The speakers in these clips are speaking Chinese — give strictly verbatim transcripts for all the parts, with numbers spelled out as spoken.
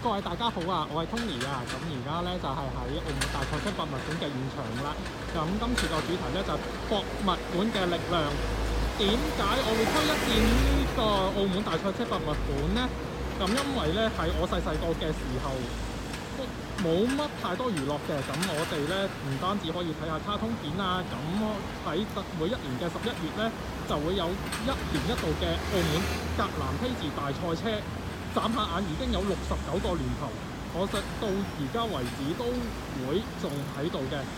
各位大家好啊，我係 Tony 啊，咁而家咧就係喺澳門大賽車博物館嘅現場啦。咁今次個主題咧就係博物館嘅力量。點解我會推一薦呢個澳門大賽車博物館呢？咁因為咧喺我細細個嘅時候都冇乜太多娛樂嘅，咁我哋咧唔單止可以睇下卡通片啊，咁喺每一年嘅十一月咧就會有一年一度嘅澳門格蘭披治大賽車。眨下眼已經有六十九個年頭，可惜到而家為止都會仲喺度嘅。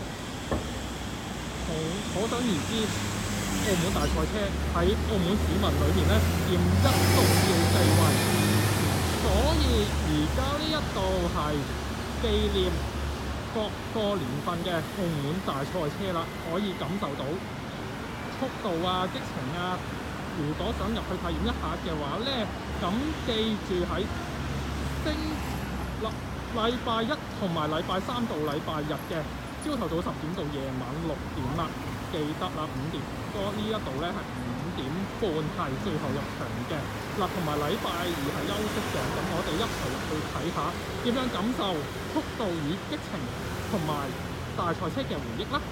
可想而知，澳門大賽車喺澳門市民裏面咧佔一重要地位。所以而家呢一度係紀念各個年份嘅澳門大賽車啦，可以感受到速度啊、激情啊。如果想入去體驗一下嘅話咧，咁記住喺星禮禮拜一同埋禮拜三到禮拜日嘅朝頭早十點到夜晚六點啦，記得啦，五點多呢一度咧係五點半係最後入場嘅嗱，同埋禮拜二係休息嘅，咁我哋一齊入去睇下點樣感受速度與激情同埋大賽車嘅回憶啦。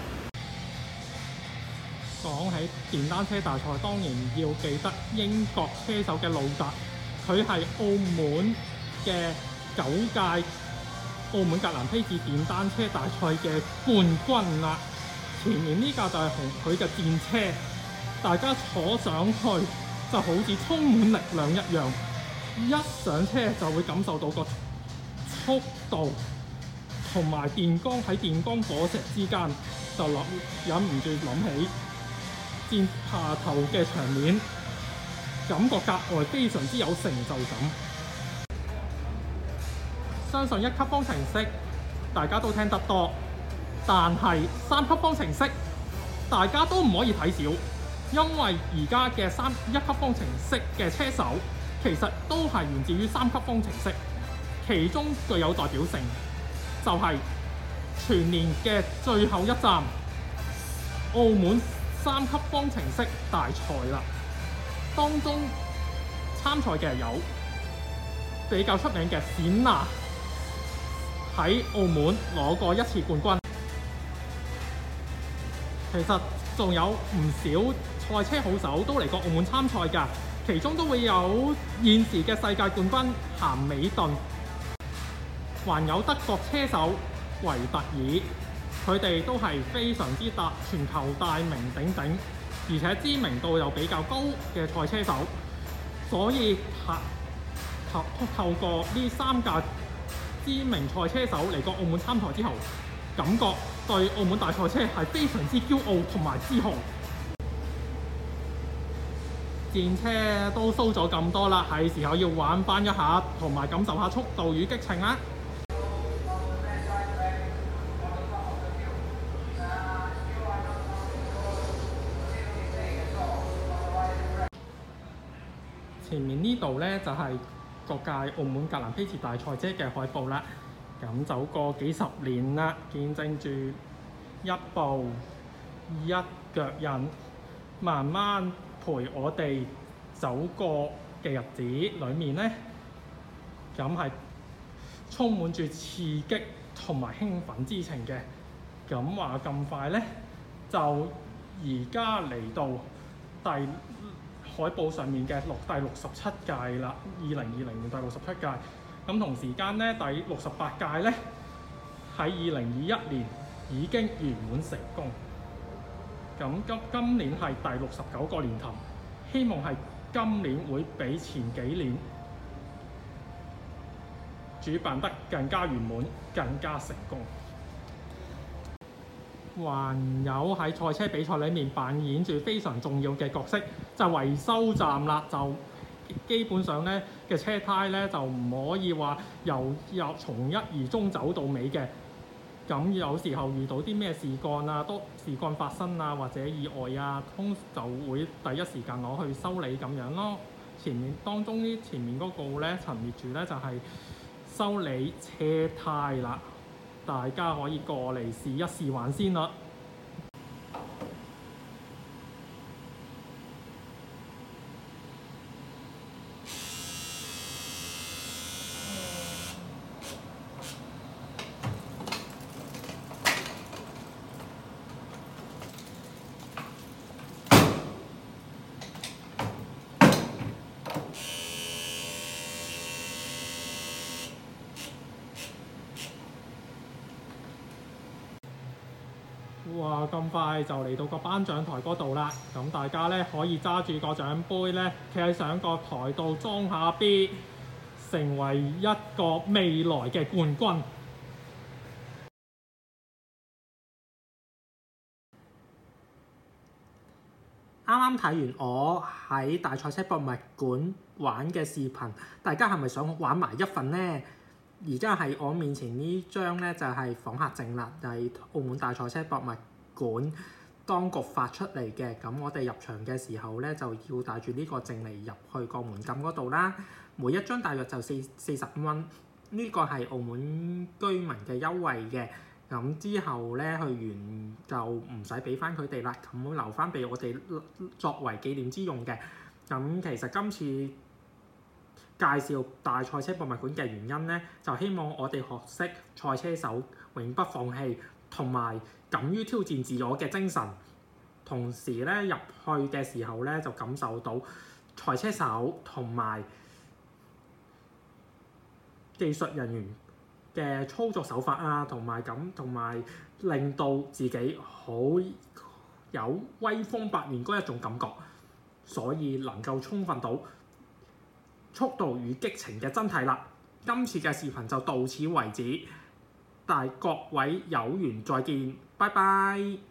講起電單車大賽，當然要記得英國車手嘅路達，佢係澳門嘅九屆澳門格蘭披治電單車大賽嘅冠軍啦。前面呢架就係佢嘅戰車，大家坐上去就好似充滿力量一樣，一上車就會感受到個速度同埋電光喺電光火石之間，就諗忍唔住諗起戰下頭嘅場面，感覺格外非常之有成就感。相信一級方程式大家都聽得多，但係三級方程式大家都唔可以睇少，因為而家嘅三一級方程式嘅車手其實都係源自於三級方程式，其中具有代表性就係全年嘅最後一站澳門三級方程式大賽啦，當中參賽嘅有比較出名嘅冼拿，喺澳門攞過一次冠軍。其實仲有唔少賽車好手都嚟過澳門參賽㗎，其中都會有現時嘅世界冠軍咸美頓，還有德國車手維特爾。佢哋都係非常之大全球大名鼎鼎，而且知名度又比較高嘅賽車手，所以透透過呢三架知名賽車手嚟過澳門參賽之後，感覺對澳門大賽車係非常之驕傲同埋自豪。戰車都 show 咗咁多啦，係時候要玩翻一下，同埋感受下速度與激情啦。前面呢度咧就係、是、各屆澳門格蘭披治大賽車嘅海報啦。咁走過幾十年啦，見證住一步一腳印，慢慢陪我哋走過嘅日子裏面咧，咁係充滿住刺激同埋興奮之情嘅。咁話咁快咧，就而家嚟到第海報上面嘅六第六十七屆啦，二零二零年第六十七屆。咁同時間咧，第六十八屆咧喺二零二一年已經圓滿成功。咁今今年係第六十九個年頭，希望係今年會比前幾年主辦得更加圓滿、更加成功。還有喺賽車比賽裡面扮演住非常重要嘅角色，就係維修站啦。就基本上咧嘅車胎咧就唔可以話由由從一而終走到尾嘅。咁有時候遇到啲咩事幹啊，多事幹發生啊，或者意外啊，通就會第一時間攞去修理咁樣咯。前面當中呢前面嗰個咧陳列住咧就係修理車胎啦。大家可以過嚟試一試玩先啦。 哇！咁快就嚟到個頒獎台嗰度啦，咁大家咧可以揸住個獎杯咧，企喺上個台度裝下 B， 成為一個未來嘅冠軍。啱啱睇完我喺大賽車博物館玩嘅視頻，大家係咪想玩埋一份呢？而家係我面前呢張咧就係訪客證啦，就係澳門大賽車博物館當局發出嚟嘅。咁我哋入場嘅時候咧就要帶住呢個證嚟入去個門禁嗰度啦。每一張大約就四四十蚊，呢個係澳門居民嘅優惠嘅。咁之後咧去完就唔使俾翻佢哋啦，咁留翻俾我哋作為紀念之用嘅。咁其實今次介紹大賽車博物館嘅原因咧，就希望我哋學識賽車手永不放棄同埋敢於挑戰自我嘅精神。同時咧入去嘅時候咧就感受到賽車手同埋技術人員嘅操作手法啊，同埋咁，同埋令到自己好有威風八面嗰一種感覺，所以能夠充分到速度與激情嘅真諦啦。今次嘅視頻就到此為止，但各位有緣再見，拜拜。